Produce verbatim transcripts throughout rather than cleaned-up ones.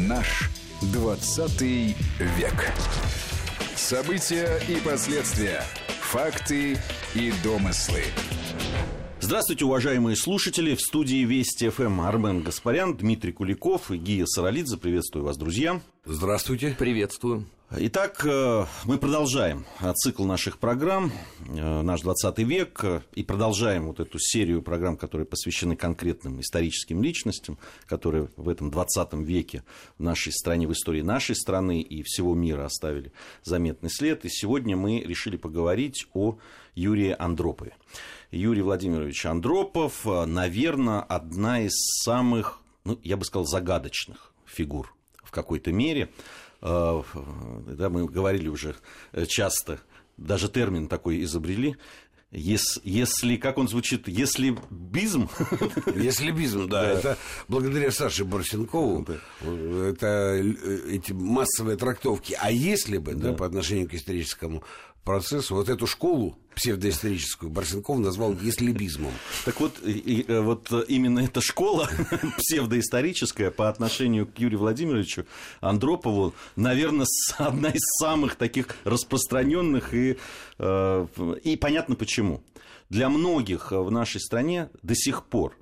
Наш двадцатый век. События и последствия. Факты и домыслы. Здравствуйте, уважаемые слушатели. В студии Вести ФМ Армен Гаспарян, Дмитрий Куликов и Гия Саралидзе. Приветствую вас, друзья. Здравствуйте. Приветствую. Итак, мы продолжаем цикл наших программ «Наш двадцатый век» и продолжаем вот эту серию программ, которые посвящены конкретным историческим личностям, которые в этом двадцатом веке в нашей стране, в истории нашей страны и всего мира оставили заметный след. И сегодня мы решили поговорить о Юрии Андропове. Юрий Владимирович Андропов, наверное, одна из самых, ну, я бы сказал, загадочных фигур в какой-то мере. Да, мы говорили уже часто, даже термин такой изобрели. Если, если, как он звучит, если бизм? Если бизм, да, да. Это благодаря Саше Борсенкову, да. Это эти массовые трактовки. А если бы, да. Да, по отношению к историческому процессу, вот эту школу псевдоисторическую Борсенков назвал еслибизмом. Так вот, и, вот именно эта школа псевдоисторическая по отношению к Юрию Владимировичу Андропову, наверное, одна из самых таких распространенных, и, и понятно почему. Для многих в нашей стране до сих пор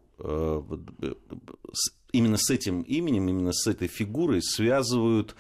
именно с этим именем, именно с этой фигурой связывают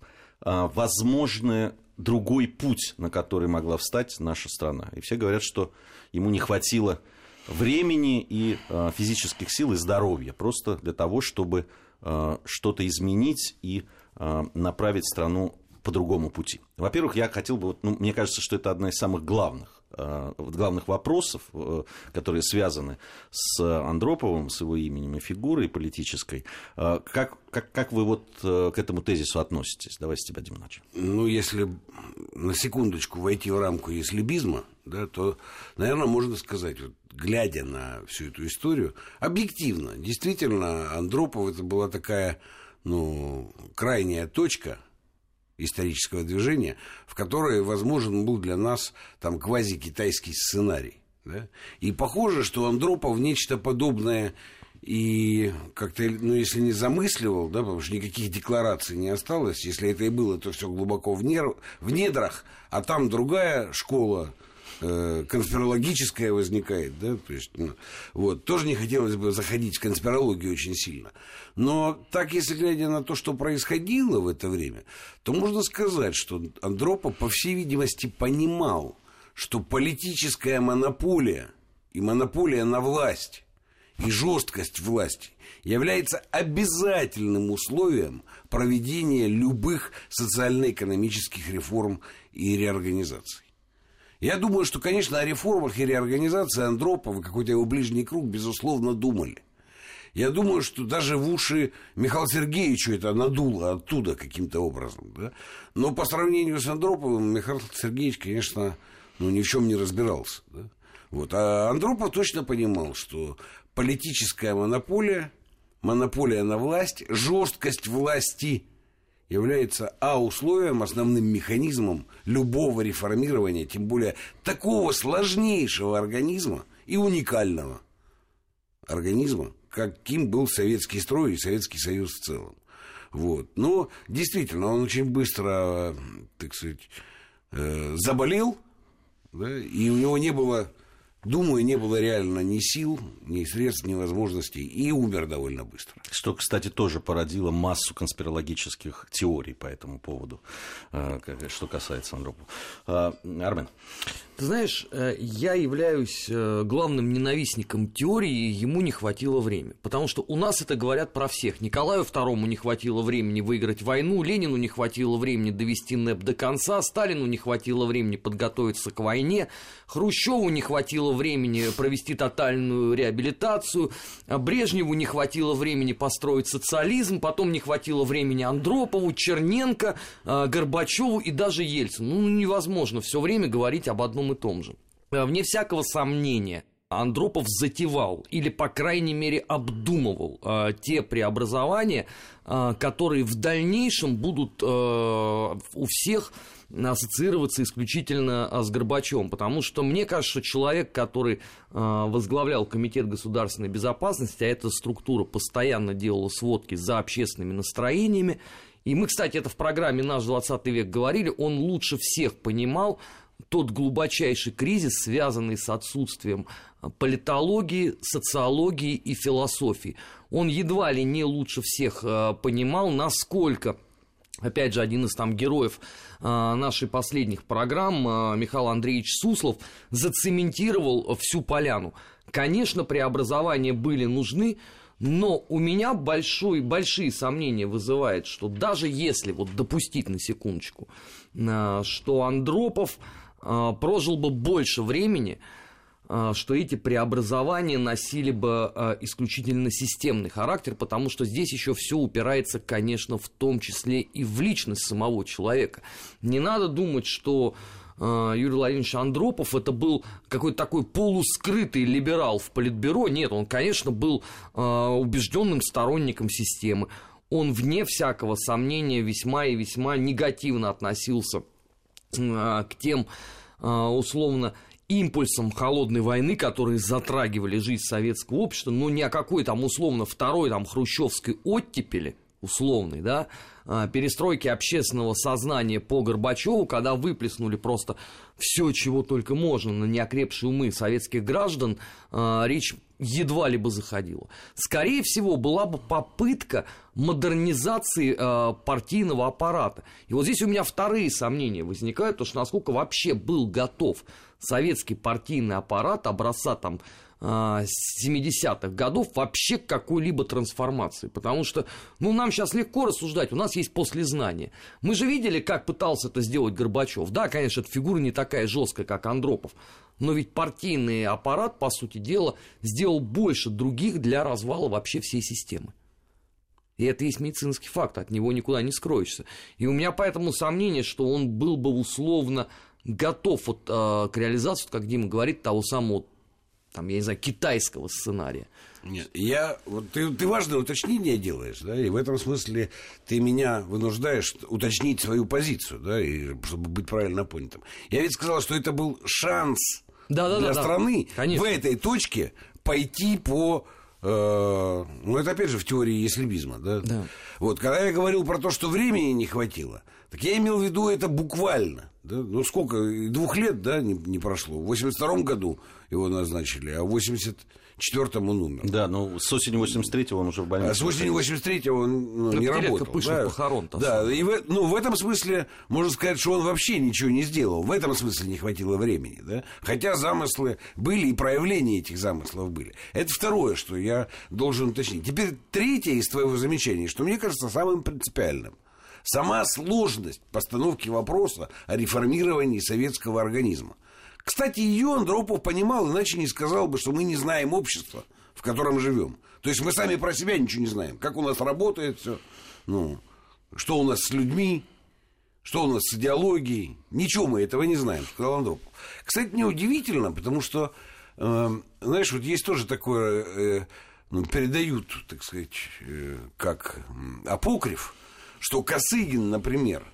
возможные другой путь, на который могла встать наша страна. И все говорят, что ему не хватило времени и э, физических сил и здоровья просто для того, чтобы э, что-то изменить и э, направить страну по другому пути. Во-первых, я хотел бы, ну, мне кажется, что это одна из самых главных, э, главных вопросов, э, которые связаны с Андроповым, с его именем и фигурой политической. Э, как, как, как вы вот э, к этому тезису относитесь? Давайте с тебя, Дима, начнем. Ну, если на секундочку войти в рамку еслибизма, да, то, наверное, можно сказать, вот, глядя на всю эту историю, объективно, действительно, Андропов это была такая, ну, крайняя точка исторического движения, в которой возможен был для нас там квази-китайский сценарий. Да? И похоже, что Андропов нечто подобное и как-то, ну, если не замысливал, да, потому что никаких деклараций не осталось, если это и было, то все глубоко в, нер... в недрах, а там другая школа э, конспирологическая возникает, да, то есть, ну, вот, тоже не хотелось бы заходить в конспирологию очень сильно. Но так, если глядя на то, что происходило в это время, то можно сказать, что Андропов, по всей видимости, понимал, что политическая монополия и монополия на власть и жесткость власти является обязательным условием проведения любых социально-экономических реформ и реорганизаций. Я думаю, что, конечно, о реформах и реорганизации Андропов и какой-то его ближний круг, безусловно, думали. Я думаю, что даже в уши Михаилу Сергеевичу это надуло оттуда каким-то образом. Да? Но по сравнению с Андроповым Михаил Сергеевич, конечно, ну, ни в чем не разбирался. Да? Вот. А Андропов точно понимал, что политическая монополия, монополия на власть, жесткость власти является а. условием, основным механизмом любого реформирования, тем более такого сложнейшего организма и уникального организма, каким был советский строй и Советский Союз в целом. Вот. Но действительно, он очень быстро, так сказать, заболел, да, и у него не было, думаю, не было реально ни сил, ни средств, ни возможностей, и умер довольно быстро. Что, кстати, тоже породило массу конспирологических теорий по этому поводу, что касается Андропова. Армен. Ты знаешь, я являюсь главным ненавистником теории, ему не хватило времени. Потому что у нас это говорят про всех. Николаю второму не хватило времени выиграть войну, Ленину не хватило времени довести НЭП до конца, Сталину не хватило времени подготовиться к войне, Хрущеву не хватило времени провести тотальную реабилитацию, Брежневу не хватило времени построить социализм, потом не хватило времени Андропову, Черненко, Горбачеву и даже Ельцину. Ну, невозможно все время говорить об одном и том же. Вне всякого сомнения, Андропов затевал или, по крайней мере, обдумывал э, те преобразования, э, которые в дальнейшем будут э, у всех ассоциироваться исключительно с Горбачевым, потому что мне кажется, что человек, который э, возглавлял Комитет государственной безопасности, а эта структура постоянно делала сводки за общественными настроениями, и мы, кстати, это в программе «Наш двадцатый век» говорили, он лучше всех понимал тот глубочайший кризис, связанный с отсутствием политологии, социологии и философии. Он едва ли не лучше всех э, понимал, насколько, опять же, один из там героев э, нашей последних программ, э, Михаил Андреевич Суслов, зацементировал всю поляну. Конечно, преобразования были нужны, но у меня большой, большие сомнения вызывает, что даже если вот допустить на секундочку, э, что Андропов э, прожил бы больше времени, э, что эти преобразования носили бы э, исключительно системный характер, потому что здесь еще все упирается, конечно, в том числе и в личность самого человека. Не надо думать, что Юрий Владимирович Андропов это был какой-то такой полускрытый либерал в Политбюро. Нет, он, конечно, был э, убежденным сторонником системы. Он, вне всякого сомнения, весьма и весьма негативно относился э, к тем, э, условно, импульсам холодной войны, которые затрагивали жизнь советского общества, но ни о какой там, условно, второй там хрущевской оттепели, условной, да, перестройки общественного сознания по Горбачеву, когда выплеснули просто все, чего только можно на неокрепшие умы советских граждан, речь едва ли бы заходила. Скорее всего, была бы попытка модернизации партийного аппарата. И вот здесь у меня вторые сомнения возникают, то что насколько вообще был готов советский партийный аппарат образца там семидесятых годов вообще к какой-либо трансформации. Потому что, ну, нам сейчас легко рассуждать, у нас есть послезнание. Мы же видели, как пытался это сделать Горбачев. Да, конечно, эта фигура не такая жесткая, как Андропов, но ведь партийный аппарат, по сути дела, сделал больше других для развала вообще всей системы. И это есть медицинский факт, от него никуда не скроешься. И у меня поэтому сомнение, что он был бы условно готов вот, э, к реализации, как Дима говорит, того самого, там, я не знаю, китайского сценария. Нет, я, вот ты, ты важное уточнение делаешь, да, и в этом смысле ты меня вынуждаешь уточнить свою позицию, да, и, чтобы быть правильно понятым. Я ведь сказал, что это был шанс да, да, для да, страны да. в этой точке пойти по... Э, ну, это опять же в теории яслибизма, да? Да. Вот, когда я говорил про то, что времени не хватило, так я имел в виду это буквально. Да? Ну, сколько, двух лет, да, не, не прошло. В восемьдесят втором году его назначили, а в восемьдесят четвёртом он умер. Да, но с осени восемьдесят третьего он уже в больнице. А с осени восемьдесят третьего он ну, не работал. Да, похорон-то. Да, и в, ну, в этом смысле можно сказать, что он вообще ничего не сделал. В этом смысле не хватило времени. Да? Хотя замыслы были, и проявления этих замыслов были. Это второе, что я должен уточнить. Теперь третье из твоего замечания, что мне кажется самым принципиальным. Сама сложность постановки вопроса о реформировании советского организма. Кстати, ее Андропов понимал, иначе не сказал бы, что мы не знаем общества, в котором живем. То есть мы сами про себя ничего не знаем. Как у нас работает все, ну, что у нас с людьми, что у нас с идеологией. Ничего мы этого не знаем, сказал Андропов. Кстати, мне удивительно, потому что, э, знаешь, вот есть тоже такое, э, ну, передают, так сказать, э, как апокриф, что Косыгин, например,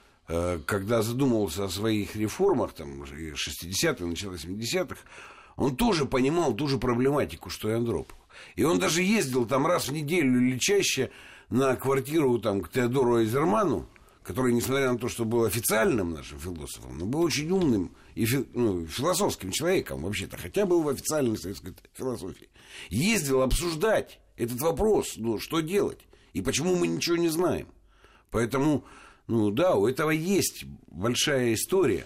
когда задумывался о своих реформах, там, шестидесятых, начало семидесятых, он тоже понимал ту же проблематику, что и Андропов. И он даже ездил там раз в неделю или чаще на квартиру там, к Теодору Эйзерману, который, несмотря на то, что был официальным нашим философом, но был очень умным и фи, ну, философским человеком вообще-то, хотя был в официальной советской философии. Ездил обсуждать этот вопрос, ну, что делать, и почему мы ничего не знаем. Поэтому... Ну да, у этого есть большая история.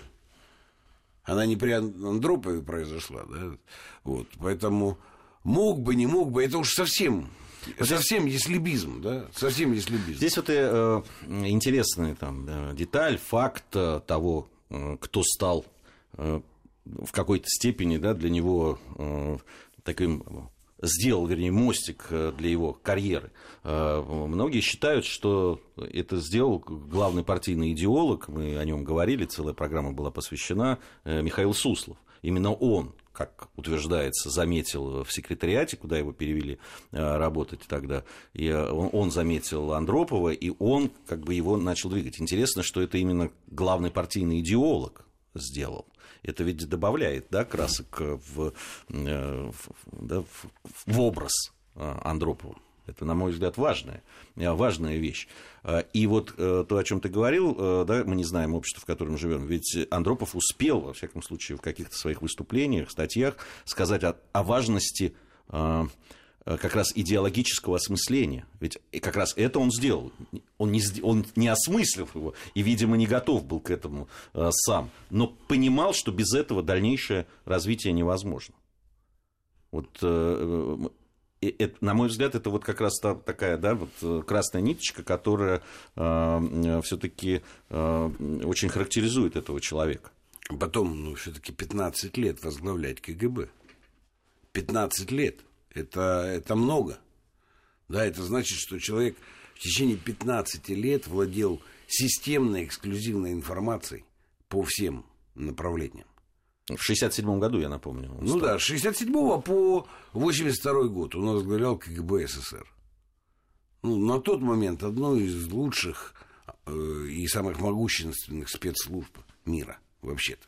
Она не при Андропове произошла, да? Вот, поэтому мог бы, не мог бы, это уж совсем, совсем яслибизм, да? Совсем яслибизм. Здесь вот э, интересная там, да, деталь, факт того, э, кто стал э, в какой-то степени, да, для него э, таким... сделал, вернее, мостик для его карьеры. Многие считают, что это сделал главный партийный идеолог, мы о нем говорили, целая программа была посвящена, Михаил Суслов. Именно он как утверждается, заметил в секретариате, куда его перевели работать тогда, и он, он заметил Андропова, и он как бы его начал двигать. Интересно, что это именно главный партийный идеолог сделал. Это ведь добавляет, да, красок в, в, да, в образ Андропова. Это, на мой взгляд, важная, важная вещь. И вот то, о чем ты говорил, да, мы не знаем общество, в котором живем. Ведь Андропов успел, во всяком случае, в каких-то своих выступлениях, статьях сказать о, о важности как раз идеологического осмысления. Ведь как раз это он сделал. Он не, он не осмыслил его и, видимо, не готов был к этому сам. Но понимал, что без этого дальнейшее развитие невозможно. Вот... Это, на мой взгляд, это вот как раз та, такая, да, вот красная ниточка, которая э, все-таки э, очень характеризует этого человека. Потом, ну, все-таки пятнадцать лет возглавлять КГБ. пятнадцать лет. Это, это много. Да, это значит, что человек в течение пятнадцати лет владел системной эксклюзивной информацией по всем направлениям. В шестьдесят седьмом году, я напомню. Ну да, с шестьдесят седьмого по восемьдесят второй год он возглавлял КГБ СССР. Ну, на тот момент одно из лучших э, и самых могущественных спецслужб мира, вообще-то.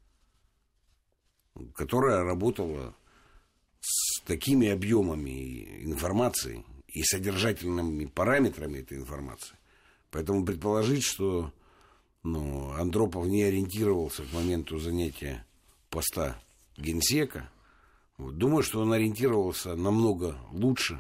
Которая работала с такими объемами информации и содержательными параметрами этой информации. Поэтому предположить, что ну, Андропов не ориентировался к моменту занятия поста генсека, вот, думаю, что он ориентировался намного лучше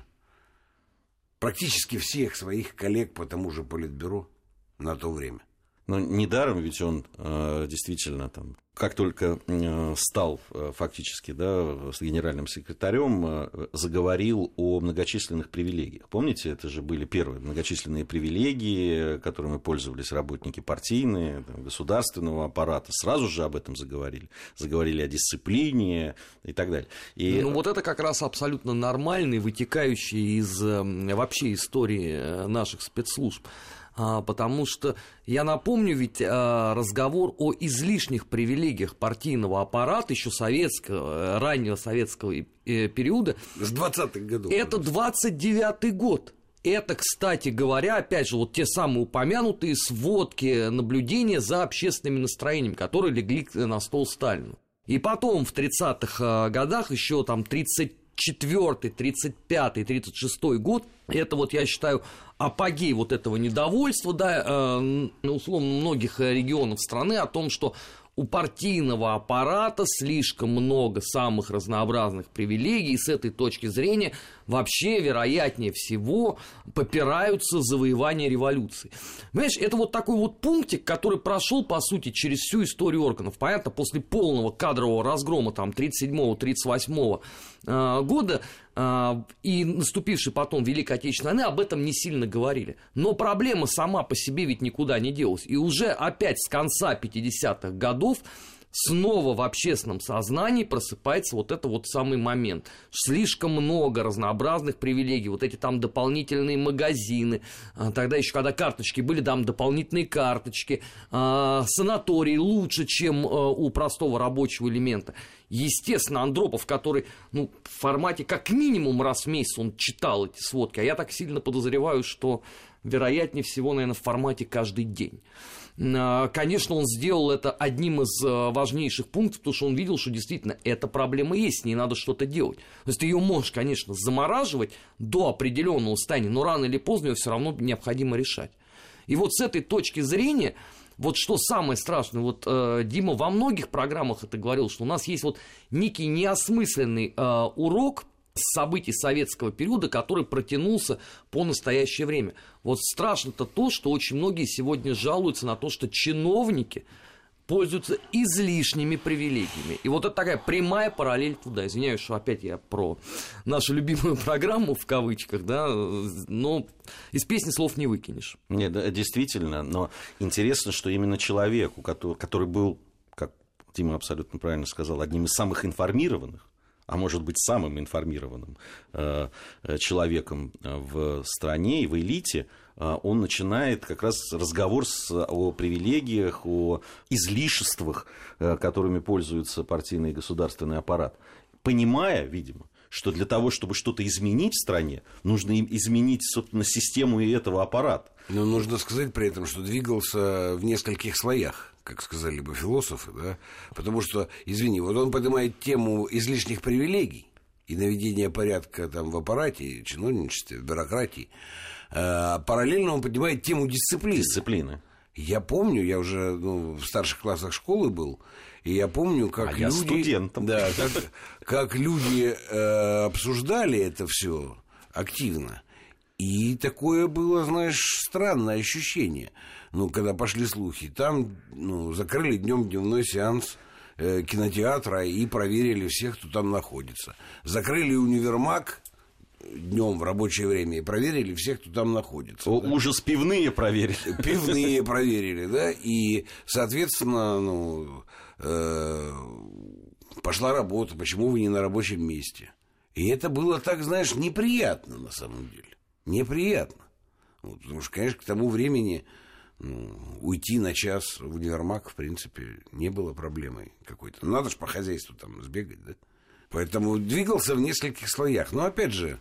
практически всех своих коллег по тому же политбюро на то время. Но недаром ведь он э, действительно там, как только э, стал э, фактически, да, с генеральным секретарем, э, заговорил о многочисленных привилегиях. Помните, это же были первые многочисленные привилегии, которыми пользовались работники партийные, там, государственного аппарата. Сразу же об этом заговорили. Заговорили о дисциплине и так далее. И... Ну вот это как раз абсолютно нормальный, вытекающий из вообще истории наших спецслужб. Потому что, я напомню, ведь разговор о излишних привилегиях партийного аппарата еще советского, раннего советского периода... С двадцатых годов. Это двадцать девятый год. Это, кстати говоря, опять же, вот те самые упомянутые сводки, наблюдения за общественными настроениями, которые легли на стол Сталину. И потом в тридцатых годах еще там тридцать четвёртый, тридцать пятый, тридцать шестой год, это вот, я считаю, апогей вот этого недовольства, да, э, условно, многих регионов страны о том, что у партийного аппарата слишком много самых разнообразных привилегий, и с этой точки зрения вообще, вероятнее всего, попираются завоевания революции. Понимаешь, это вот такой вот пунктик, который прошел, по сути, через всю историю органов. Понятно, после полного кадрового разгрома там тридцать седьмого тридцать восьмого э, года э, и наступившей потом Великой Отечественной войны об этом не сильно говорили. Но проблема сама по себе ведь никуда не делась. И уже опять с конца пятидесятых годов снова в общественном сознании просыпается вот это вот самый момент. Слишком много разнообразных привилегий, вот эти там дополнительные магазины, тогда еще когда карточки были, там дополнительные карточки, санатории лучше, чем у простого рабочего элемента. Естественно, Андропов, который, ну, в формате как минимум раз в месяц он читал эти сводки, а я так сильно подозреваю, что вероятнее всего, наверное, в формате каждый день. Конечно, он сделал это одним из важнейших пунктов, потому что он видел, что действительно эта проблема есть, с ней надо что-то делать. То есть ты ее можешь, конечно, замораживать до определенного состояния, но рано или поздно ее все равно необходимо решать. И вот с этой точки зрения, вот что самое страшное, вот э, Дима во многих программах это говорил, что у нас есть вот некий неосмысленный э, урок событий советского периода, который протянулся по настоящее время. Вот страшно-то то, что очень многие сегодня жалуются на то, что чиновники пользуются излишними привилегиями. И вот это такая прямая параллель туда. Извиняюсь, что опять я про нашу любимую программу, в кавычках, да, но из песни слов не выкинешь. Нет, да, действительно, но интересно, что именно человеку, который, который был, как Дима абсолютно правильно сказал, одним из самых информированных а может быть самым информированным э, человеком в стране и в элите, э, он начинает как раз разговор с, о привилегиях, о излишествах, э, которыми пользуется партийный и государственный аппарат, понимая, видимо, что для того, чтобы что-то изменить в стране, нужно изменить, собственно, систему и этого аппарата. Но нужно сказать при этом, что двигался в нескольких слоях, как сказали бы философы, да? Потому что, извини, вот он поднимает тему излишних привилегий и наведения порядка там в аппарате, чиновничестве, бюрократии, а параллельно он поднимает тему дисциплины. Дисциплины. Я помню, я уже ну, в старших классах школы был, и я помню, как а люди, я студентом. Да, как, как люди э, обсуждали это все активно. И такое было, знаешь, странное ощущение. Ну, когда пошли слухи, там ну, закрыли днем дневной сеанс э, кинотеатра и проверили всех, кто там находится. Закрыли универмаг днем в рабочее время и проверили всех, кто там находится. О, да? Ужас, пивные проверили. Пивные проверили, да, и, соответственно, ну, э, пошла работа, почему вы не на рабочем месте? И это было так, знаешь, неприятно на самом деле. Неприятно. Вот, потому что, конечно, к тому времени ну, уйти на час в универмаг, в принципе, не было проблемой какой-то. Ну, надо же по хозяйству там сбегать, да? Поэтому двигался в нескольких слоях. Но, опять же,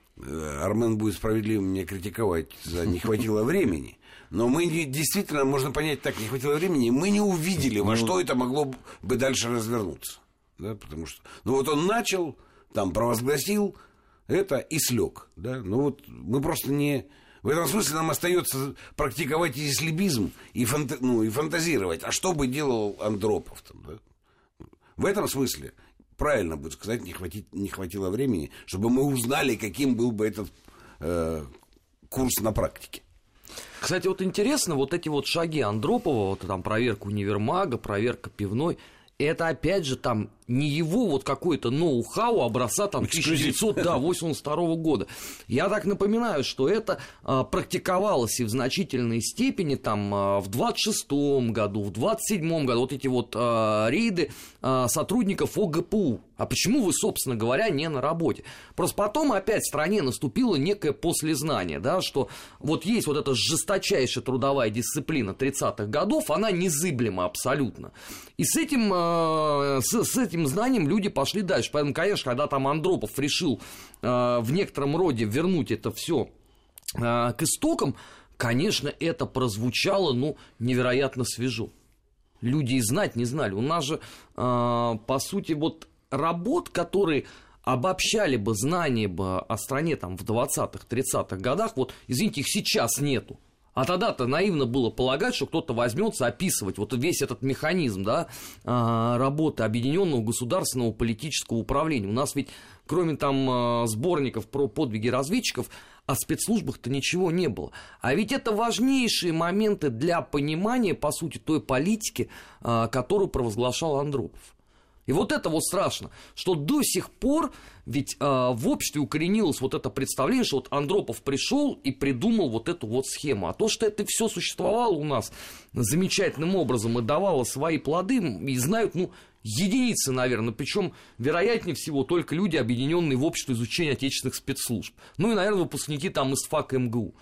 Армен будет справедливым меня критиковать за не хватило времени. Но мы не, действительно, можно понять так, не хватило времени, мы не увидели, во что это могло бы дальше развернуться. Да, потому что, ну вот он начал, там провозгласил это и слег. Да? Ну вот мы просто не... В этом смысле нам остается практиковать ислибизм и, фанта... ну, и фантазировать. А что бы делал Андропов там, да? В этом смысле... Правильно будет сказать, не, хватит, не хватило времени, чтобы мы узнали, каким был бы этот э, курс на практике. Кстати, вот интересно, вот эти вот шаги Андропова, вот там проверка универмага, проверка пивной, это опять же там не его вот какой-то ноу-хау образца там тысяча девятьсот восемьдесят второго года. Я так напоминаю, что это а, практиковалось и в значительной степени там а, в двадцать шестом году, в двадцать седьмом году, вот эти вот а, рейды а, сотрудников ОГПУ. А почему вы, собственно говоря, не на работе? Просто потом опять в стране наступило некое послезнание, да, что вот есть вот эта жесточайшая трудовая дисциплина тридцатых годов, она незыблема абсолютно. И с этим, а, с, с этим знанием люди пошли дальше. Поэтому, конечно, когда там Андропов решил э, в некотором роде вернуть это все э, к истокам, конечно, это прозвучало, ну, невероятно свежо. Люди и знать не знали. У нас же, э, по сути, вот работ, которые обобщали бы знания бы о стране там в двадцатых-тридцатых годах, вот, извините, их сейчас нету. А тогда-то наивно было полагать, что кто-то возьмется описывать вот весь этот механизм, да, работы объединенного государственного политического управления. У нас ведь, кроме там сборников про подвиги разведчиков, о спецслужбах-то ничего не было. А ведь это важнейшие моменты для понимания, по сути, той политики, которую провозглашал Андропов. И вот это вот страшно, что до сих пор ведь э, в обществе укоренилось вот это представление, что вот Андропов пришел и придумал вот эту вот схему. А то, что это все существовало у нас замечательным образом и давало свои плоды, и знают, ну, единицы, наверное, причем, вероятнее всего, только люди, объединенные в общество изучения отечественных спецслужб. Ну и, наверное, выпускники там из ФАК МГУ.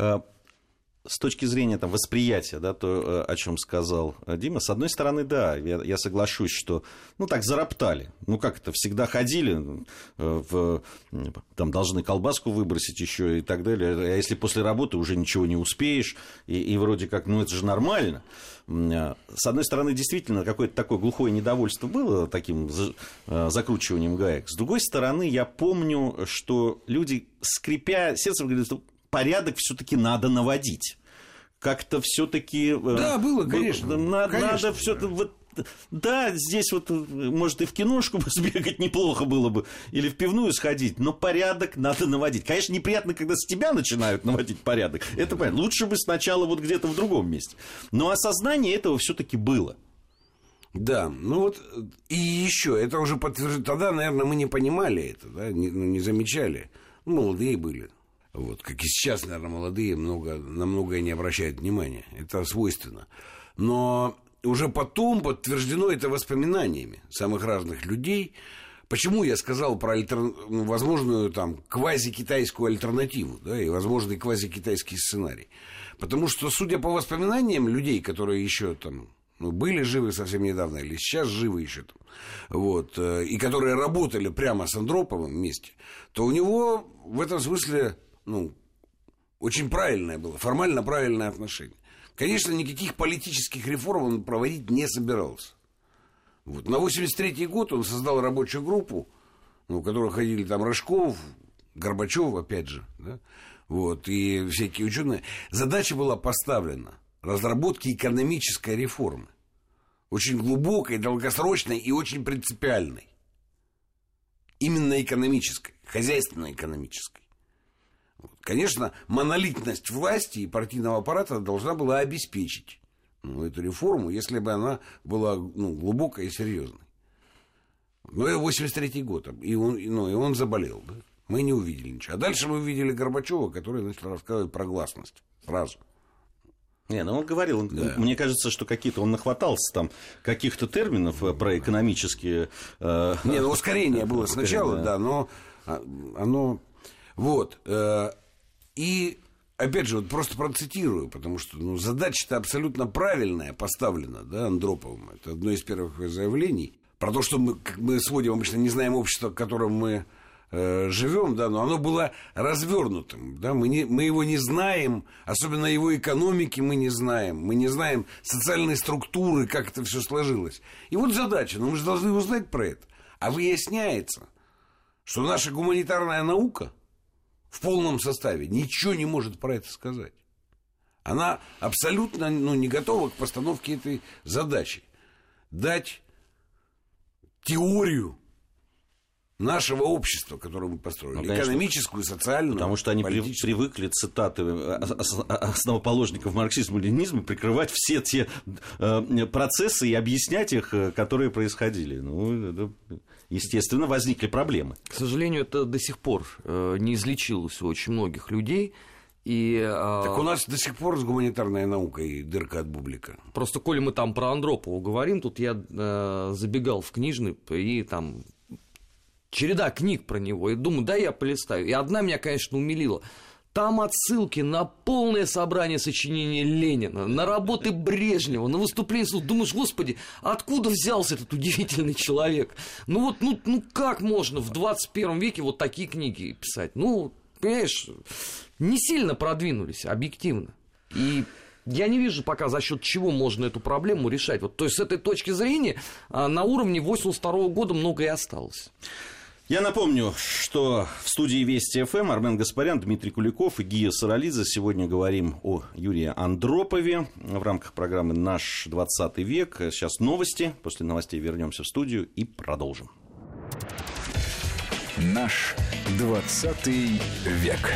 С точки зрения там, восприятия, да, то, о чем сказал Дима, с одной стороны, да, я, я соглашусь, что, ну, так, зароптали. Ну, как это, всегда ходили, в, там, должны колбаску выбросить еще и так далее. А если после работы уже ничего не успеешь, и, и вроде как, ну, это же нормально. С одной стороны, действительно, какое-то такое глухое недовольство было таким закручиванием гаек. С другой стороны, я помню, что люди, скрипя сердцем, говорят, что порядок все-таки надо наводить. Как-то все-таки... Да, было, конечно. На, конечно надо все-таки... Вот, да, здесь вот, может, и в киношку сбегать неплохо было бы, или в пивную сходить, но порядок надо наводить. Конечно, неприятно, когда с тебя начинают наводить порядок. Это понятно. Лучше бы сначала вот где-то в другом месте. Но осознание этого все-таки было. Да, ну вот, и еще, это уже подтверждено. Тогда, наверное, мы не понимали это, да, не, ну, не замечали. Ну, молодые были. Вот, как и сейчас, наверное, молодые много, на многое не обращают внимания. Это свойственно. Но уже потом подтверждено это воспоминаниями самых разных людей, Почему я сказал про альтер... возможную там квази-китайскую альтернативу, да, и возможный квази-китайский сценарий? Потому что, судя по воспоминаниям людей, которые еще там ну, были живы совсем недавно или сейчас живы еще там, вот, и которые работали прямо с Андроповым вместе, то у него в этом смысле ну, очень правильное было, формально правильное отношение. Конечно, никаких политических реформ он проводить не собирался. Вот. На восемьдесят третий год он создал рабочую группу, ну, в которой ходили там Рожков, Горбачев, опять же, да, вот, и всякие ученые. Задача была поставлена разработки экономической реформы. Очень глубокой, долгосрочной и очень принципиальной. Именно экономической, хозяйственно-экономической. Вот. Конечно, монолитность власти и партийного аппарата должна была обеспечить ну, эту реформу, если бы она была ну, глубокой и серьезной. Но это восемьдесят третий год, и он, ну, и он заболел. Да? Мы не увидели ничего. А дальше мы увидели Горбачева, который начал рассказывать про гласность сразу. Не, ну он говорил, он, да. Мне кажется, что какие-то он нахватался там каких-то терминов про экономические... Э... Не, ну ускорение было сначала, да, но оно... Вот. И, опять же, вот просто процитирую, потому что ну, задача-то абсолютно правильная поставлена, да, Андроповым. Это одно из первых заявлений. Про то, что мы, как мы сводим, обычно не знаем общество, в котором мы э, живем, да, но оно было развернутым, да, мы, не, мы его не знаем, особенно его экономики мы не знаем, мы не знаем социальной структуры, как это все сложилось. И вот задача, ну мы же должны узнать про это. А выясняется, что наша гуманитарная наука в полном составе ничего не может про это сказать. Она абсолютно ну, не готова к постановке этой задачи. Дать теорию нашего общества, которое мы построили. Ну, конечно, экономическую, социальную, потому что они привыкли цитаты основоположников марксизма и ленинизма прикрывать все те процессы и объяснять их, которые происходили. Ну, естественно, возникли проблемы. К сожалению, это до сих пор не излечилось у очень многих людей. И, так у нас до сих пор с гуманитарной наукой дырка от бублика. Просто, коли мы там про Андропова говорим, тут я э, забегал в книжный, и там череда книг про него, и думаю, да, я полистаю. И одна меня, конечно, умилила. Там отсылки на полное собрание сочинений Ленина, на работы Брежнева, на выступления. Думаешь, господи, откуда взялся этот удивительный человек? Ну вот, ну, ну как можно в двадцать первом веке вот такие книги писать? Ну, понимаешь, не сильно продвинулись, объективно. И я не вижу пока, за счет чего можно эту проблему решать. Вот, то есть, с этой точки зрения, на уровне восемьдесят второго года многое осталось. Я напомню, что в студии Вести ФМ Армен Гаспарян, Дмитрий Куликов и Гия Саралидзе. Сегодня говорим о Юрии Андропове в рамках программы «Наш двадцатый век». Сейчас новости. После новостей вернемся в студию и продолжим. Наш двадцатый век.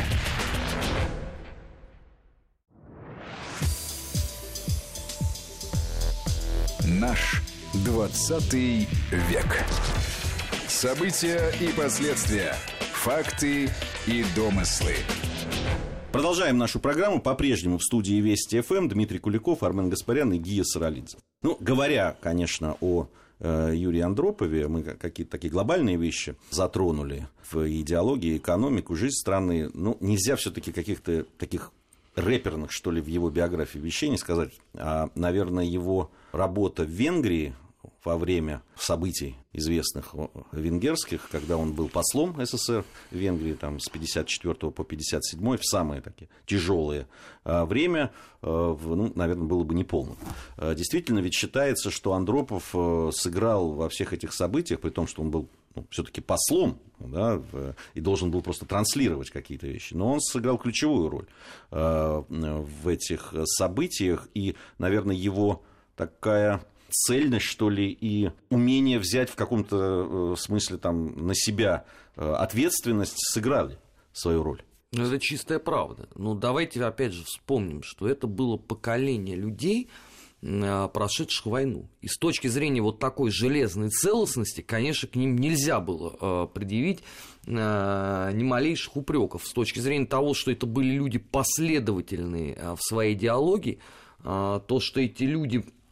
Наш двадцатый век. События и последствия. Факты и домыслы. Продолжаем нашу программу. По-прежнему в студии Вести ФМ Дмитрий Куликов, Армен Гаспарян и Гия Саралидзе. Ну, говоря, конечно, о э, Юрии Андропове, мы какие-то такие глобальные вещи затронули в идеологии, экономику, жизнь страны. Ну, нельзя все-таки каких-то таких рэперных, что ли, в его биографии вещей не сказать. А, наверное, его работа в Венгрии во время событий известных венгерских, когда он был послом СССР в Венгрии там, с пятьдесят четвёртого по пятьдесят седьмой, в самые такие тяжелые время, ну, наверное, было бы неполным. Действительно, ведь считается, что Андропов сыграл во всех этих событиях, при том, что он был ну, все-таки послом, да, и должен был просто транслировать какие-то вещи, но он сыграл ключевую роль в этих событиях, и, наверное, его такая цельность, что ли, и умение взять в каком-то смысле там, на себя ответственность сыграли свою роль. Это чистая правда. Но давайте опять же вспомним, что это было поколение людей, прошедших войну. И с точки зрения вот такой железной целостности, конечно, к ним нельзя было предъявить ни малейших упреков. С точки зрения того, что это были люди последовательные в своей идеологии, то, что эти люди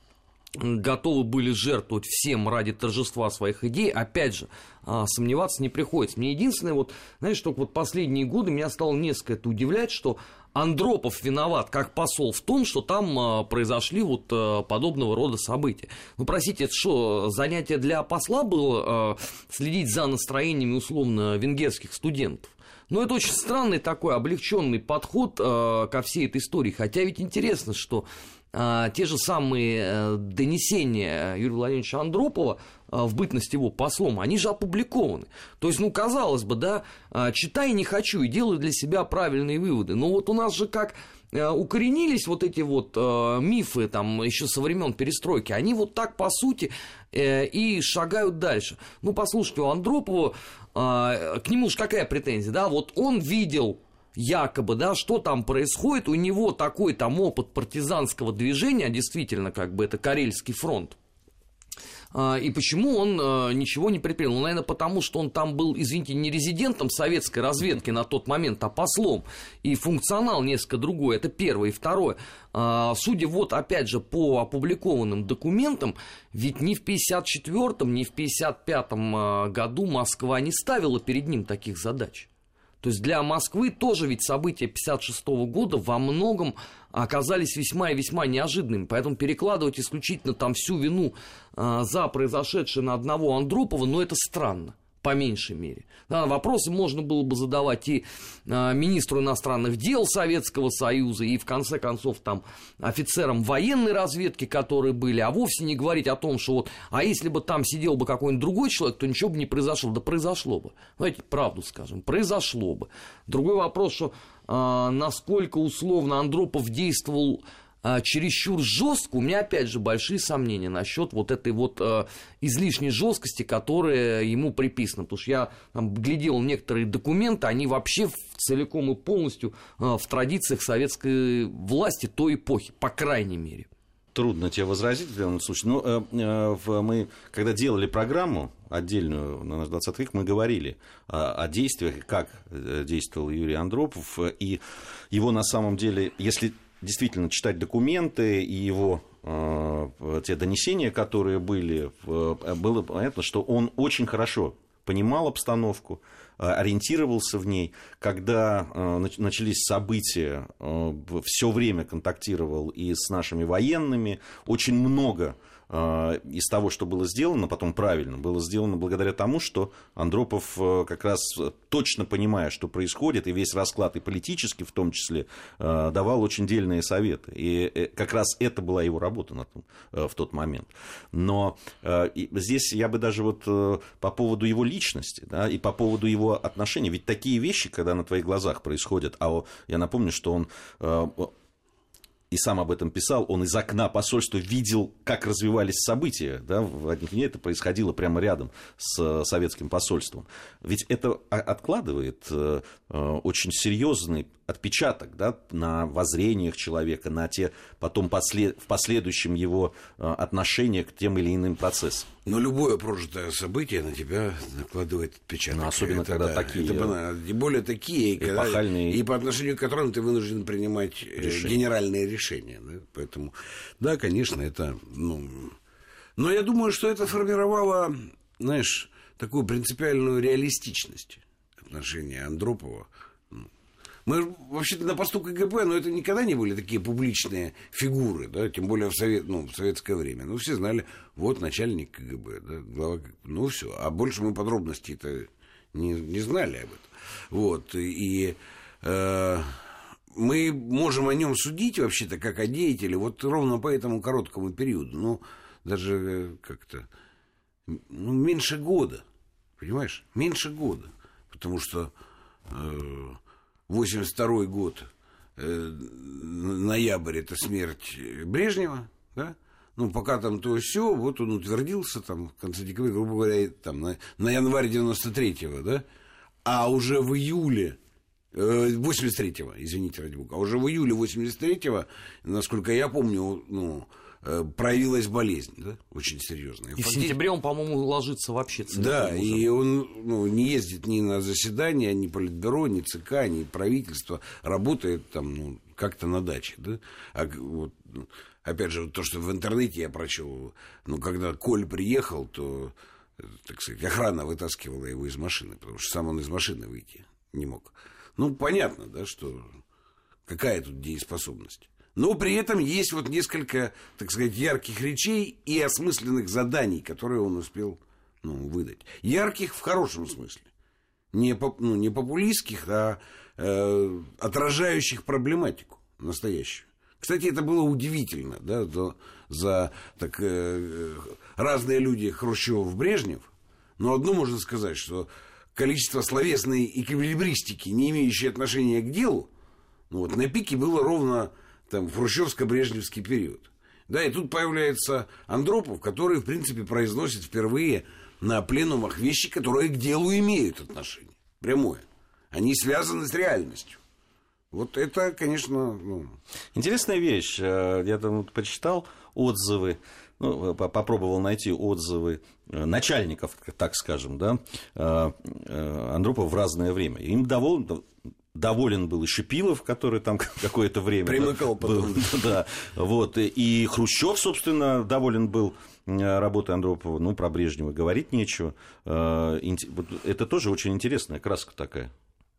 готовы были жертвовать всем ради торжества своих идей, опять же, сомневаться не приходится. Мне единственное, вот, знаешь, только вот последние годы меня стало несколько это удивлять, что Андропов виноват как посол в том, что там произошли вот подобного рода события. Ну, простите, это что, занятие для посла было следить за настроениями условно венгерских студентов? Но это очень странный такой облегченный подход ко всей этой истории, хотя ведь интересно, что А, те же самые донесения Юрия Владимировича Андропова а, в бытность его послом, они же опубликованы. То есть, ну, казалось бы, да, а, читай не хочу и делаю для себя правильные выводы. Но вот у нас же как а, укоренились вот эти вот а, мифы там еще со времен перестройки, они вот так, по сути, э, и шагают дальше. Ну, послушайте, у Андропова, а, к нему же какая претензия, да, вот он видел... якобы, да, что там происходит, у него такой там опыт партизанского движения, действительно, как бы это Карельский фронт. И почему он ничего не предпринял? Ну, наверное, потому что он там был, извините, не резидентом советской разведки на тот момент, а послом. И функционал несколько другой, это первое. И второе, судя вот, опять же, по опубликованным документам, ведь ни в пятьдесят четвёртом, ни в пятьдесят пятом году Москва не ставила перед ним таких задач. То есть для Москвы тоже ведь события пятьдесят шестого года во многом оказались весьма и весьма неожиданными. Поэтому перекладывать исключительно там всю вину а, за произошедшее на одного Андропова, ну это странно, по меньшей мере. Да, вопросы можно было бы задавать и а, министру иностранных дел Советского Союза, и в конце концов там офицерам военной разведки, которые были, а вовсе не говорить о том, что вот, а если бы там сидел бы какой-нибудь другой человек, то ничего бы не произошло. Да произошло бы. Давайте правду скажем, произошло бы. Другой вопрос, что а, насколько условно Андропов действовал а, чересчур жестко, у меня опять же большие сомнения насчет вот этой вот а, излишней жесткости, которая ему приписана. Потому что я там глядел некоторые документы, они вообще целиком и полностью а, в традициях советской власти той эпохи, по крайней мере. Трудно тебе возразить в данном случае. Но э, э, мы, когда делали программу отдельную на наш двадцатый век, мы говорили о, о действиях, как действовал Юрий Андропов. И его на самом деле, если действительно читать документы и его э, те донесения, которые были, э, было понятно, что он очень хорошо понимал обстановку, ориентировался в ней. Когда э, начались события, э, все время контактировал и с нашими военными. Очень много э, из того, что было сделано, потом правильно, было сделано благодаря тому, что Андропов э, как раз точно понимая, что происходит, и весь расклад, и политический в том числе, э, давал очень дельные советы. И э, как раз это была его работа на том, э, в тот момент. Но э, здесь я бы даже вот э, по поводу его личности, да, и по поводу его отношений. Ведь такие вещи, когда на твоих глазах происходят, а я напомню, что он э, и сам об этом писал, он из окна посольства видел, как развивались события, да, в одних дней это происходило прямо рядом с советским посольством. Ведь это откладывает э, очень серьезный отпечаток, да, на воззрениях человека, на те потом послед... в последующем его отношения к тем или иным процессам. Но любое прожитое событие на тебя накладывает отпечаток. Ну, особенно, это, когда да, такие... Это банально. Тем более такие, эпохальные... когда... и по отношению к которым ты вынужден принимать решения. Генеральные решения. Да? Поэтому, да, конечно, это... Ну... Но я думаю, что это формировало, знаешь, такую принципиальную реалистичность отношения Андропова. Мы вообще-то на посту КГБ, но это никогда не были такие публичные фигуры, да, тем более в, совет, ну, в советское время. Ну, все знали, вот начальник КГБ, да, глава КГБ, ну, все. А больше мы подробностей-то не, не знали об этом. Вот, и э, мы можем о нем судить вообще-то как о деятеле вот ровно по этому короткому периоду. Ну, даже как-то, ну, меньше года, понимаешь, меньше года. Потому что... Э, восемьдесят второй год, э, ноябрь, это смерть Брежнева, да? Ну, пока там то все, вот он утвердился там в конце декабря, грубо говоря, там, на, на январь девяносто третьего, да? А уже в июле, э, восемьдесят третьего, извините, ради бога, а уже в июле восемьдесят третьего, насколько я помню, ну, проявилась болезнь, да, очень серьезная. И в сентябре он, по-моему, ложится вообще целиком. Да, уже. И он, ну, не ездит ни на заседания, ни политбюро, ни ЦК, ни правительство, работает там, ну, как-то на даче, да. А вот опять же, то, что в интернете я прочел, ну, когда Коль приехал, то, так сказать, охрана вытаскивала его из машины, потому что сам он из машины выйти не мог. Ну, понятно, да, что какая тут дееспособность. Но при этом есть вот несколько, так сказать, ярких речей и осмысленных заданий, которые он успел, ну, выдать. Ярких в хорошем смысле. Не, поп, ну, не популистских, а э, отражающих проблематику настоящую. Кстати, это было удивительно, да, за, за так, э, разные люди Хрущев-Брежнев, но одно можно сказать, что количество словесной эквилибристики, не имеющей отношения к делу, ну, вот, на пике было ровно там, в хрущевско-брежневский период. Да, и тут появляется Андропов, который, в принципе, произносит впервые на пленумах вещи, которые к делу имеют отношение, прямое. Они связаны с реальностью. Вот это, конечно... Ну... Интересная вещь. Я там почитал отзывы, ну, попробовал найти отзывы начальников, так скажем, да, Андропова в разное время. Им довольно... Доволен был и Шипилов, который там какое-то время... Примыкал потом. Был, да, вот. И Хрущев, собственно, доволен был работой Андропова. Ну, про Брежнева говорить нечего. Это тоже очень интересная краска такая,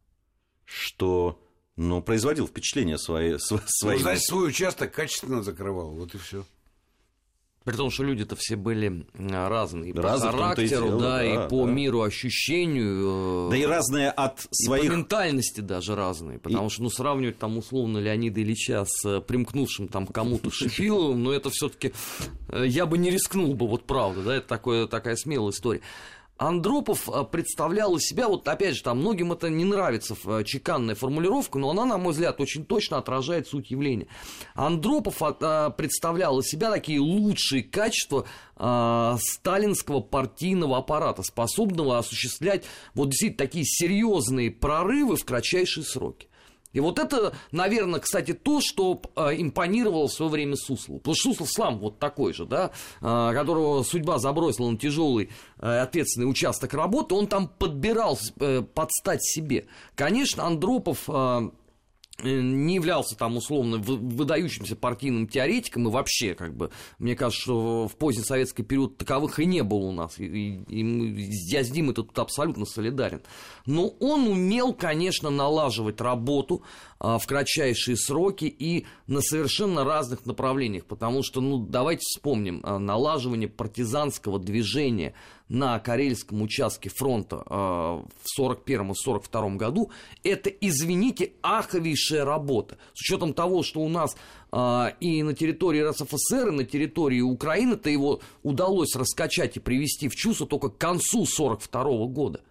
что... Ну, производил впечатление свои, свои... Ну, значит, свой участок качественно закрывал, вот и все. При том, что люди-то все были разные. И по Разные, характеру, и, дело, да, да, и да. по миру ощущению. Да и разные от своих... И по ментальности даже разные. Потому и... что, ну, сравнивать там условно Леонида Ильича с примкнувшим там к кому-то Шипиловым, ну, это все таки я бы не рискнул бы, вот правда, да, это такое, такая смелая история. Андропов представлял из себя, вот опять же, там многим это не нравится, чеканная формулировка, но она, на мой взгляд, очень точно отражает суть явления. Андропов представлял из себя такие лучшие качества э, сталинского партийного аппарата, способного осуществлять вот действительно такие серьезные прорывы в кратчайшие сроки. И вот это, наверное, кстати, то, что э, импонировало в свое время Суслову. Потому что Суслов сам вот такой же, да, э, которого судьба забросила на тяжелый э, ответственный участок работы, он там подбирал э, под стать себе. Конечно, Андропов э, не являлся там условно выдающимся партийным теоретиком, и вообще, как бы, мне кажется, что в поздний советский период таковых и не было у нас, и, и, и я с Димой тут абсолютно солидарен. Но он умел, конечно, налаживать работу а, в кратчайшие сроки и на совершенно разных направлениях, потому что, ну, давайте вспомним, а, налаживание партизанского движения на Карельском участке фронта а, в сорок первом и сорок втором году, это, извините, аховейшая работа. С учетом того, что у нас а, и на территории РСФСР, и на территории Украины-то его удалось раскачать и привести в чувство только к концу сорок второго года.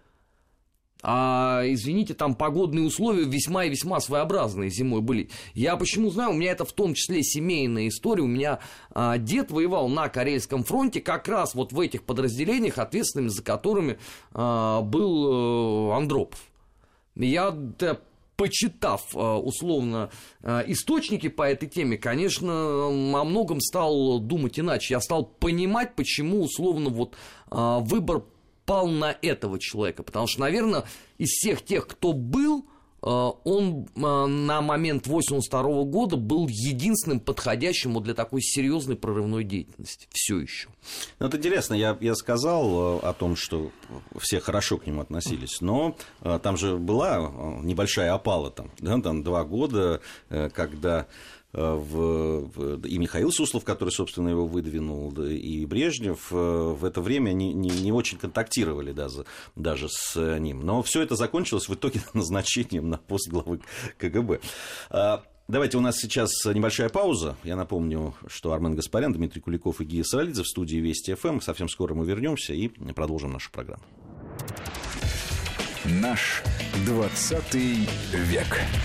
А, извините, там погодные условия весьма и весьма своеобразные зимой были. Я почему знаю, у меня это в том числе семейная история. У меня а, дед воевал на Карельском фронте как раз вот в этих подразделениях, ответственными за которыми а, был а, Андропов. Я, да, почитав а, условно а, источники по этой теме, конечно, о многом стал думать иначе. Я стал понимать, почему условно вот а, выбор пал на этого человека, потому что, наверное, из всех тех, кто был, он на момент восемьдесят второго года был единственным подходящим для такой серьезной прорывной деятельности. Все еще. Ну, это интересно. Я, я сказал о том, что все хорошо к нему относились, но там же была небольшая опала, там, да, там два года, когда... В, в, и Михаил Суслов, который, собственно, его выдвинул, да, и Брежнев в это время не, не, не очень контактировали даже, даже с ним. Но все это закончилось в итоге назначением на пост главы КГБ. Давайте, у нас сейчас небольшая пауза. Я напомню, что Армен Гаспарян, Дмитрий Куликов и Гия Саралидзе в студии Вести ФМ. Совсем скоро мы вернемся и продолжим нашу программу. Наш двадцатый век.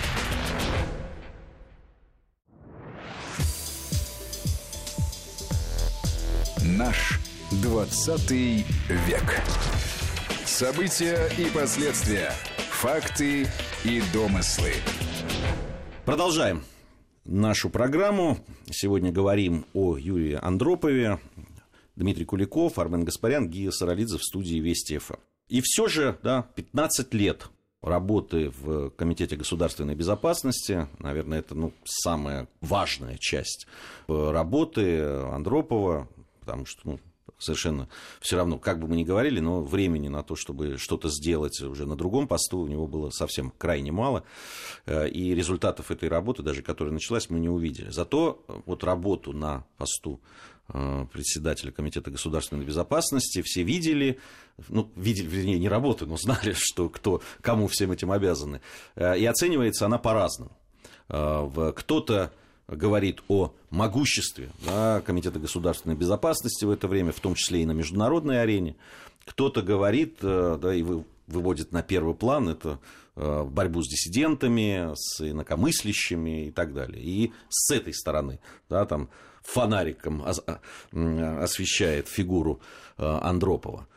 Наш двадцатый век. События и последствия. Факты и домыслы. Продолжаем нашу программу. Сегодня говорим о Юрии Андропове. Дмитрий Куликов, Армен Гаспарян, Гия Саралидзе в студии Вести ФМ. И все же, да, пятнадцать лет работы в Комитете государственной безопасности, наверное, это ну, самая важная часть работы Андропова, потому что ну, совершенно все равно, как бы мы ни говорили, но времени на то, чтобы что-то сделать уже на другом посту, у него было совсем крайне мало. И результатов этой работы, даже которая началась, мы не увидели. Зато вот работу на посту председателя Комитета государственной безопасности все видели, ну, видели, вернее, не работу, но знали, что кто, кому всем этим обязаны. И оценивается она по-разному. Кто-то говорит о могуществе, да, Комитета государственной безопасности в это время, в том числе и на международной арене. Кто-то говорит, да, и выводит на первый план это борьбу с диссидентами, с инакомыслящими и так далее. И с этой стороны, да, там фонариком освещает фигуру Андропова.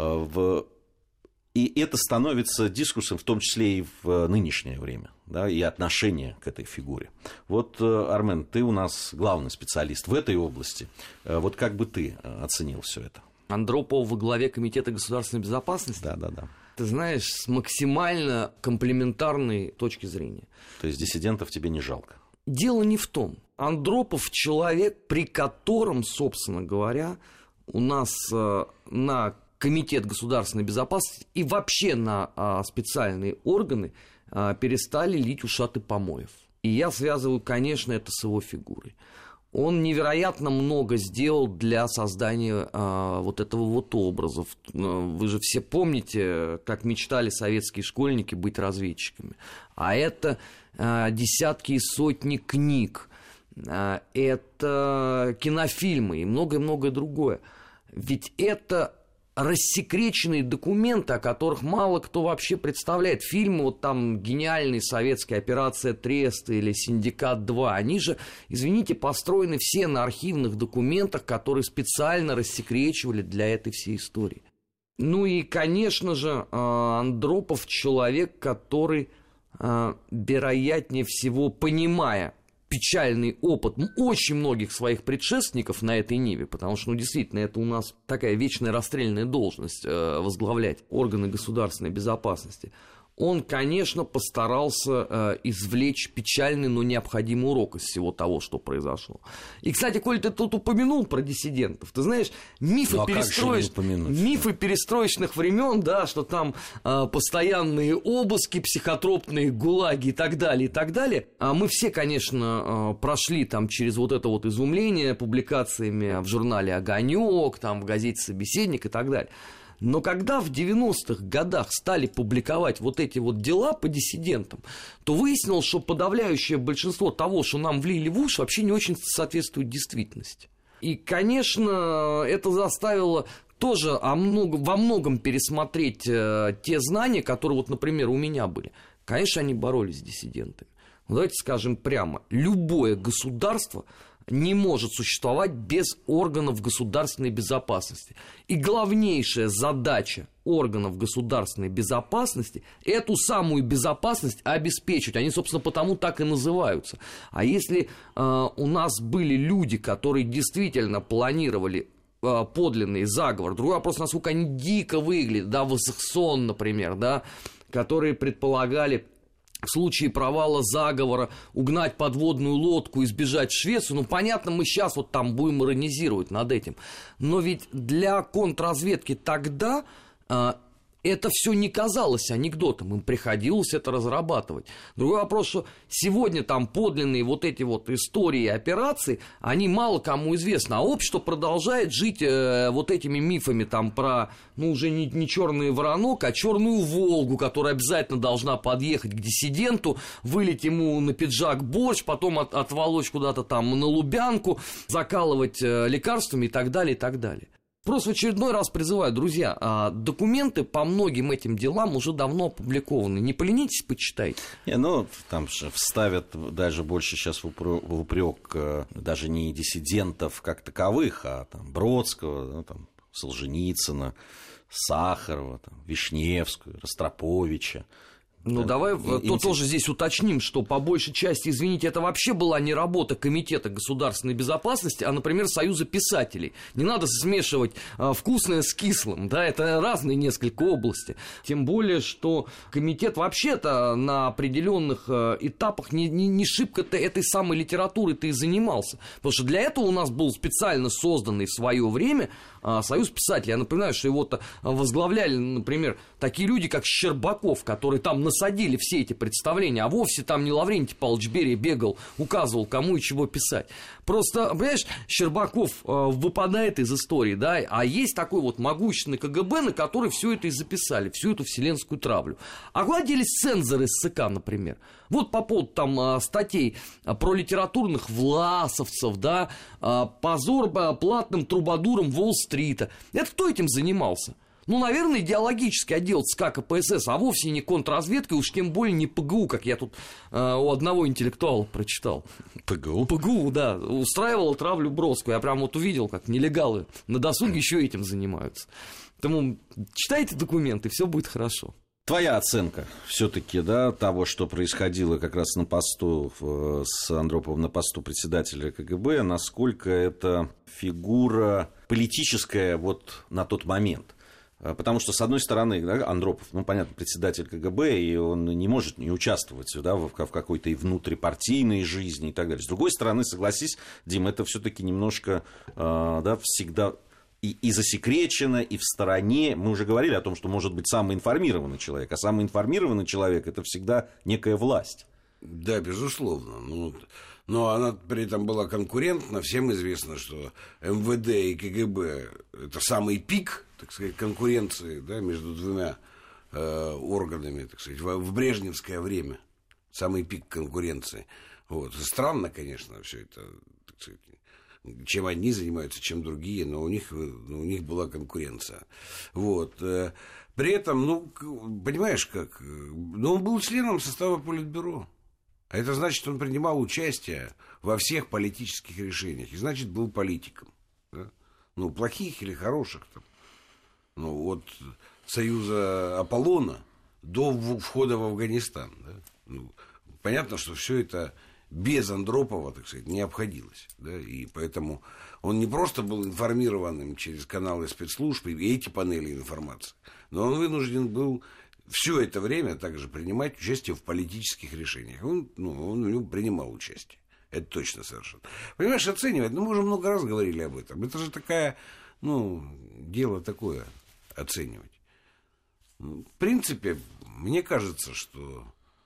И это становится дискурсом в том числе и в нынешнее время, да, и отношение к этой фигуре. Вот, Армен, ты у нас главный специалист в этой области. Вот как бы ты оценил все это? Андропов во главе Комитета государственной безопасности? Да, да, да. Ты знаешь, с максимально комплементарной точки зрения. То есть диссидентов тебе не жалко? Дело не в том. Андропов человек, при котором, собственно говоря, у нас э, на Комитет государственной безопасности и вообще на э, специальные органы э, перестали лить ушаты помоев. И я связываю, конечно, это с его фигурой. Он невероятно много сделал для создания а, вот этого вот образа. Вы же все помните, как мечтали советские школьники быть разведчиками. А это а, десятки и сотни книг, а, это кинофильмы и многое-многое другое. Ведь это рассекреченные документы, о которых мало кто вообще представляет. Фильмы, вот там гениальные советские «Операция Трест» или «Синдикат-два», они же, извините, построены все на архивных документах, которые специально рассекречивали для этой всей истории. Ну и, конечно же, Андропов человек, который, вероятнее всего, понимая печальный опыт очень многих своих предшественников на этой ниве, потому что, ну, действительно, это у нас такая вечная расстрельная должность э, возглавлять органы государственной безопасности. Он, конечно, постарался э, извлечь печальный, но необходимый урок из всего того, что произошло. И, кстати, коль ты тут упомянул про диссидентов, ты знаешь, мифы, ну, перестроеч... мифы перестроечных времен, да, что там э, постоянные обыски, психотропные гулаги и так далее, и так далее. А мы все, конечно, э, прошли там через вот это вот изумление публикациями в журнале «Огонёк», там в газете «Собеседник» и так далее. Но когда в девяностых годах стали публиковать вот эти вот дела по диссидентам, то выяснилось, что подавляющее большинство того, что нам влили в уши, вообще не очень соответствует действительности. И, конечно, это заставило тоже о много, во многом пересмотреть э, те знания, которые, вот, например, у меня были. Конечно, они боролись с диссидентами. Но давайте скажем прямо, любое государство не может существовать без органов государственной безопасности. И главнейшая задача органов государственной безопасности – эту самую безопасность обеспечивать. Они, собственно, потому так и называются. А если э, у нас были люди, которые действительно планировали э, подлинный заговор, другой вопрос, насколько они дико выглядят, да, Вассерсон, например, да, которые предполагали в случае провала заговора угнать подводную лодку и сбежать в Швецию, ну, понятно, мы сейчас вот там будем иронизировать над этим. Но ведь для контрразведки тогда а, это все не казалось анекдотом, им приходилось это разрабатывать. Другой вопрос, что сегодня там подлинные вот эти вот истории и операции, они мало кому известны, а общество продолжает жить э, вот этими мифами там про, ну, уже не, не черный воронок, а черную Волгу, которая обязательно должна подъехать к диссиденту, вылить ему на пиджак борщ, потом от, отволочь куда-то там на Лубянку, закалывать э, лекарствами и так далее, и так далее. Просто в очередной раз призываю, друзья, документы по многим этим делам уже давно опубликованы. Не поленитесь, почитайте. Не, ну, там же вставят даже больше сейчас в упрек даже не диссидентов как таковых, а там Бродского, ну, там, Солженицына, Сахарова, там, Вишневскую, Ростроповича. Ну, да. давай и, то, тоже здесь уточним, что по большей части, извините, это вообще была не работа Комитета государственной безопасности, а, например, Союза писателей. Не надо смешивать а, вкусное с кислым, да, это разные несколько области. Тем более, что комитет вообще-то на определенных а, этапах не, не, не шибко-то этой самой литературой-то и занимался. Потому что для этого у нас был специально созданный в свое время а, Союз писателей. Я напоминаю, что его-то возглавляли, например, такие люди, как Щербаков, которые там насадили все эти представления, а вовсе там не Лаврентий Павлович Берия бегал, указывал, кому и чего писать. Просто, понимаешь, Щербаков э, выпадает из истории, да, а есть такой вот могущественный КГБ, на который все это и записали, всю эту вселенскую травлю. Огладились цензоры СК, например. Вот по поводу там э, статей э, про литературных власовцев, да, э, позор э, платным трубадурам Уолл-стрита. Это кто этим занимался? Ну, наверное, идеологический отдел ЦК КПСС, а вовсе не контрразведкой, уж тем более не ПГУ, как я тут э, у одного интеллектуала прочитал. ПГУ? ПГУ, да, устраивал травлю Бродскую. Я прям вот увидел, как нелегалы на досуге еще этим занимаются. Поэтому читайте документы, все будет хорошо. Твоя оценка все-таки, да, того, что происходило как раз на посту с Андроповым, на посту председателя КГБ, насколько это фигура политическая вот на тот момент? Потому что, с одной стороны, да, Андропов, ну, понятно, председатель КГБ, и он не может не участвовать, да, в, в какой-то и внутрипартийной жизни и так далее. С другой стороны, согласись, Дим, это все-таки немножко, э, да, всегда и, и засекречено, и в стороне. Мы уже говорили о том, что может быть самый информированный человек, а самый информированный человек – это всегда некая власть. Да, безусловно. Ну, но она при этом была конкурентна. Всем известно, что эм вэ дэ и ка гэ бэ – это самый пик, так сказать, конкуренции, да, между двумя э, органами, так сказать, в, в брежневское время. Самый пик конкуренции. Вот. Странно, конечно, все это, так сказать, чем одни занимаются, чем другие, но у них, ну, у них была конкуренция. Вот. При этом, ну, понимаешь, как, ну, он был членом состава Политбюро. А это значит, что он принимал участие во всех политических решениях. И значит, был политиком. Да? Ну, плохих или хороших. Там. Ну, от Союза Аполлона до входа в Афганистан. Да? Ну, понятно, что все это без Андропова, так сказать, не обходилось. Да? И поэтому он не просто был информированным через каналы спецслужб и эти панели информации, но он вынужден был все это время также принимать участие в политических решениях. Он, ну, он, он принимал участие. Это точно совершенно. Понимаешь, оценивать, ну, мы уже много раз говорили об этом. Это же такая, ну, дело такое, оценивать. В принципе, мне кажется, что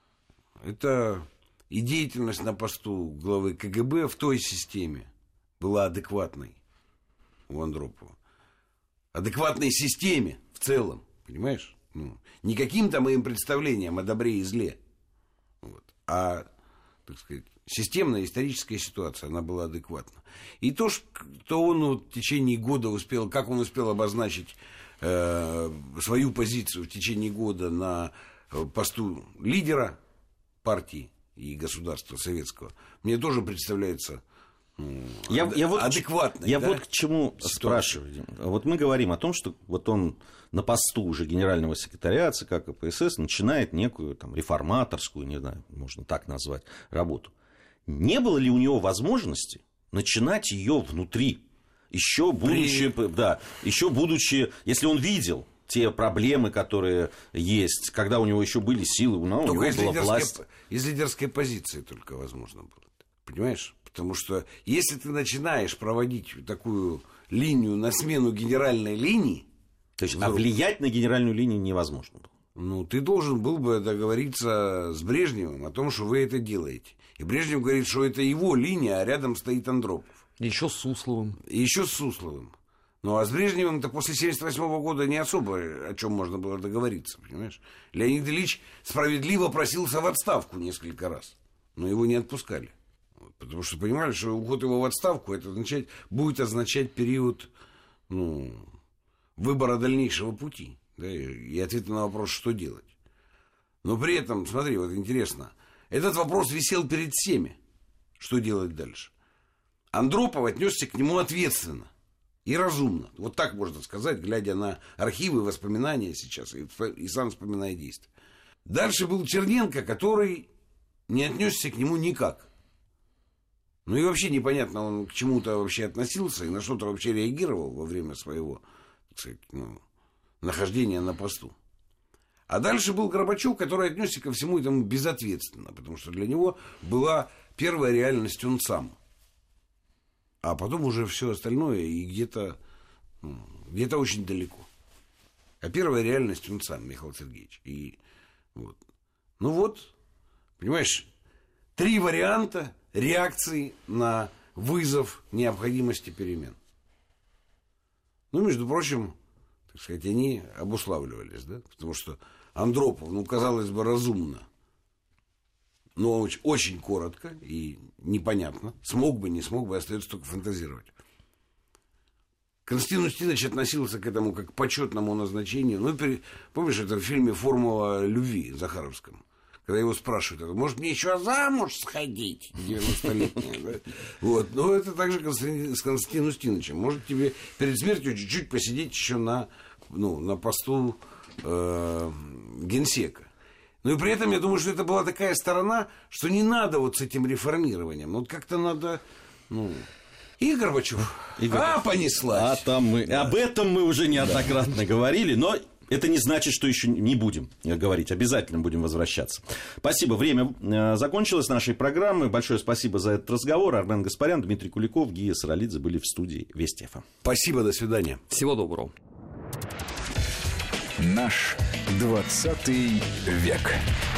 это и деятельность на посту главы ка гэ бэ в той системе была адекватной у Андропова. Адекватной системе в целом, понимаешь? Ну, не каким-то моим представлением о добре и зле, вот, а, так сказать, системная историческая ситуация, она была адекватна. И то, что он вот в течение года успел, как он успел обозначить э, свою позицию в течение года на посту лидера партии и государства советского, мне тоже представляется я, ад, я вот, адекватной. Я да, вот к чему ситуации. Спрашиваю. Вот мы говорим о том, что вот он на посту уже генерального секретаря ЦК ка пэ эс эс начинает некую там реформаторскую, не знаю, можно так назвать, работу. Не было ли у него возможности начинать ее внутри, еще будучи, При... да, еще будучи, если он видел те проблемы, которые есть, когда у него еще были силы, у него, у него была власть. Из лидерской позиции только возможно было. Понимаешь? Потому что если ты начинаешь проводить такую линию на смену генеральной линии... То есть, а влиять на генеральную линию невозможно было? Ну, ты должен был бы договориться с Брежневым о том, что вы это делаете. И Брежнев говорит, что это его линия, а рядом стоит Андропов. Еще с Сусловым. И еще с Сусловым. Ну, а с Брежневым-то после семьдесят восьмого года не особо о чем можно было договориться, понимаешь? Леонид Ильич справедливо просился в отставку несколько раз, но его не отпускали. Потому что понимали, что уход его в отставку это означает, будет означать период, ну, выбора дальнейшего пути, да, и ответа на вопрос, что делать. Но при этом, смотри, вот интересно, этот вопрос висел перед всеми, что делать дальше. Андропов отнесся к нему ответственно и разумно. Вот так можно сказать, глядя на архивы, воспоминания сейчас и, и сам вспоминая действия. Дальше был Черненко, который не отнесся к нему никак. Ну и вообще непонятно, он к чему-то вообще относился и на что-то вообще реагировал во время своего, так сказать, ну, нахождения на посту. А дальше был Горбачев, который отнесся ко всему этому безответственно, потому что для него была первая реальность он сам. А потом уже все остальное и где-то, ну, где-то очень далеко. А первая реальность он сам, Михаил Сергеевич. И вот. Ну вот, понимаешь, три варианта реакции на вызов необходимости перемен. Ну, между прочим, так сказать, они обуславливались, да? Потому что Андропов, ну, казалось бы, разумно, но очень, очень коротко и непонятно. Смог бы, не смог бы, остается только фантазировать. Константин Устинович относился к этому как к почетному назначению. Ну, помнишь, это в фильме «Формула любви» Захаровском, когда его спрашивают, может, мне еще замуж сходить? девяностолетняя, да? Вот. Но это также Константин, с Константином Устиновичем. Может, тебе перед смертью чуть-чуть посидеть еще на, ну, на посту э, генсека. Ну и при этом я думаю, что это была такая сторона, что не надо вот с этим реформированием. Вот как-то надо, ну... И Горбачев. И Горбачев. А, понеслась. А там мы... Да. Об этом мы уже неоднократно да. говорили, но это не значит, что еще не будем говорить. Обязательно будем возвращаться. Спасибо. Время закончилось нашей программы. Большое спасибо за этот разговор. Армен Гаспарян, Дмитрий Куликов, Гия Саралидзе были в студии Вести ФМ. Спасибо, до свидания. Всего доброго. Наш двадцатый век.